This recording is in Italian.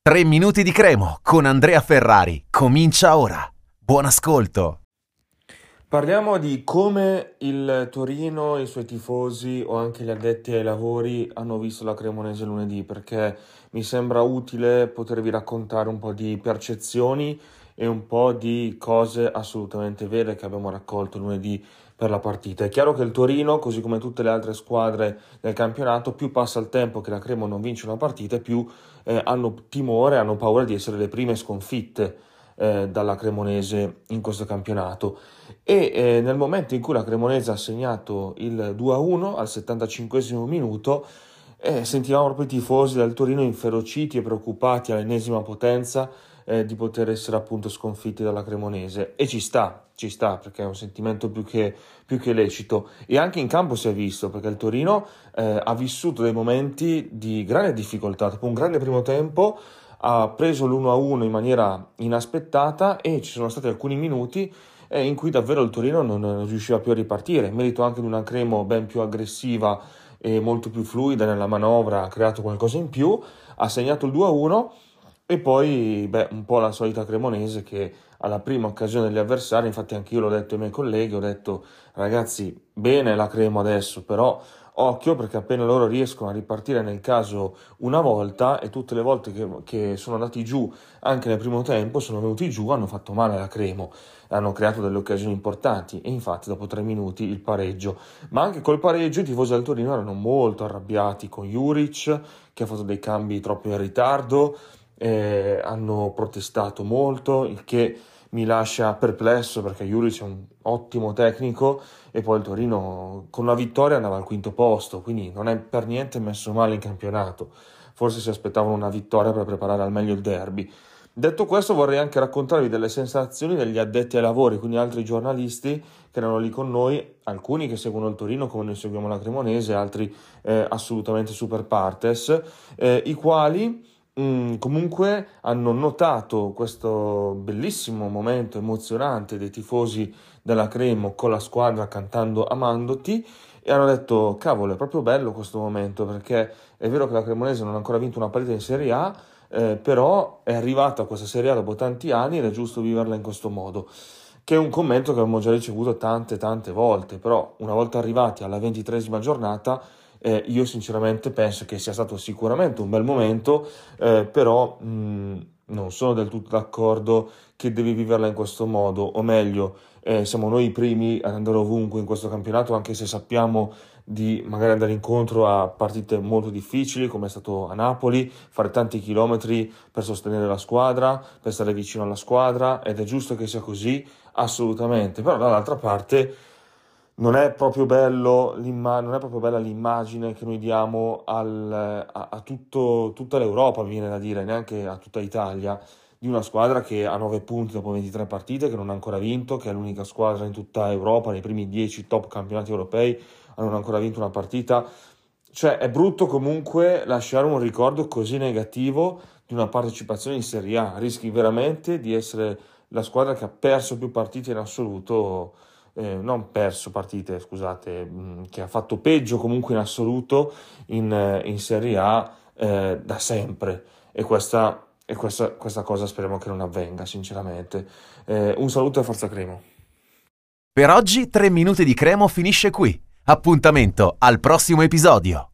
3 minuti di Cremo con Andrea Ferrari. Comincia ora. Buon ascolto. Parliamo di come il Torino, i suoi tifosi o anche gli addetti ai lavori hanno visto la Cremonese lunedì, perché mi sembra utile potervi raccontare un po' di percezioni e un po' di cose assolutamente vere che abbiamo raccolto lunedì per la partita. È chiaro che il Torino, così come tutte le altre squadre del campionato, più passa il tempo che la Cremo non vince una partita, più hanno timore, hanno paura di essere le prime sconfitte dalla Cremonese in questo campionato. E nel momento in cui la Cremonese ha segnato il 2-1 al 75esimo minuto, sentivamo proprio i tifosi del Torino inferociti e preoccupati all'ennesima potenza di poter essere appunto sconfitti dalla Cremonese. E ci sta perché è un sentimento più che lecito, e anche in campo si è visto, perché il Torino ha vissuto dei momenti di grande difficoltà. Dopo un grande primo tempo ha preso l'1-1 in maniera inaspettata e ci sono stati alcuni minuti in cui davvero il Torino non riusciva più a ripartire, merito anche di una Cremo ben più aggressiva e molto più fluida nella manovra, ha creato qualcosa in più, ha segnato il 2-1 e poi un po' la solita Cremonese che alla prima occasione degli avversari, infatti anche io l'ho detto ai miei colleghi, ho detto ragazzi, bene la Cremo adesso, però occhio, perché appena loro riescono a ripartire nel caso una volta, e tutte le volte che sono andati giù anche nel primo tempo, sono venuti giù, hanno fatto male alla Cremo, hanno creato delle occasioni importanti e infatti dopo 3 minuti il pareggio. Ma anche col pareggio i tifosi del Torino erano molto arrabbiati con Juric, che ha fatto dei cambi troppo in ritardo, hanno protestato molto, il che mi lascia perplesso, perché Juric è un ottimo tecnico e poi il Torino con una vittoria andava al quinto posto, quindi non è per niente messo male in campionato. Forse si aspettavano una vittoria per preparare al meglio il derby. Detto questo, vorrei anche raccontarvi delle sensazioni degli addetti ai lavori, quindi altri giornalisti che erano lì con noi, alcuni che seguono il Torino come noi seguiamo la Cremonese, altri assolutamente super partes, i quali comunque hanno notato questo bellissimo momento emozionante dei tifosi della Cremo con la squadra cantando Amandoti, e hanno detto cavolo, è proprio bello questo momento, perché è vero che la Cremonese non ha ancora vinto una partita in Serie A, però è arrivata a questa Serie A dopo tanti anni ed è giusto viverla in questo modo, che è un commento che abbiamo già ricevuto tante volte. Però una volta arrivati alla 23esima giornata, io sinceramente penso che sia stato sicuramente un bel momento, però non sono del tutto d'accordo che devi viverla in questo modo, o meglio, siamo noi i primi ad andare ovunque in questo campionato, anche se sappiamo di magari andare incontro a partite molto difficili, come è stato a Napoli, fare tanti chilometri per sostenere la squadra, per stare vicino alla squadra, ed è giusto che sia così, assolutamente. Però dall'altra parte non è proprio bello non è proprio bella l'immagine che noi diamo tutta l'Europa, mi viene da dire, neanche a tutta Italia, di una squadra che ha 9 punti dopo 23 partite, che non ha ancora vinto, che è l'unica squadra in tutta Europa, nei primi 10 top campionati europei, a non ancora vinto una partita. Cioè è brutto comunque lasciare un ricordo così negativo di una partecipazione in Serie A, rischi veramente di essere la squadra che ha perso più partite in assoluto, non perso partite, scusate, che ha fatto peggio comunque in assoluto in Serie A da sempre, e questa cosa speriamo che non avvenga, sinceramente. Un saluto e forza Cremo. Per oggi 3 minuti di Cremo finisce qui. Appuntamento al prossimo episodio.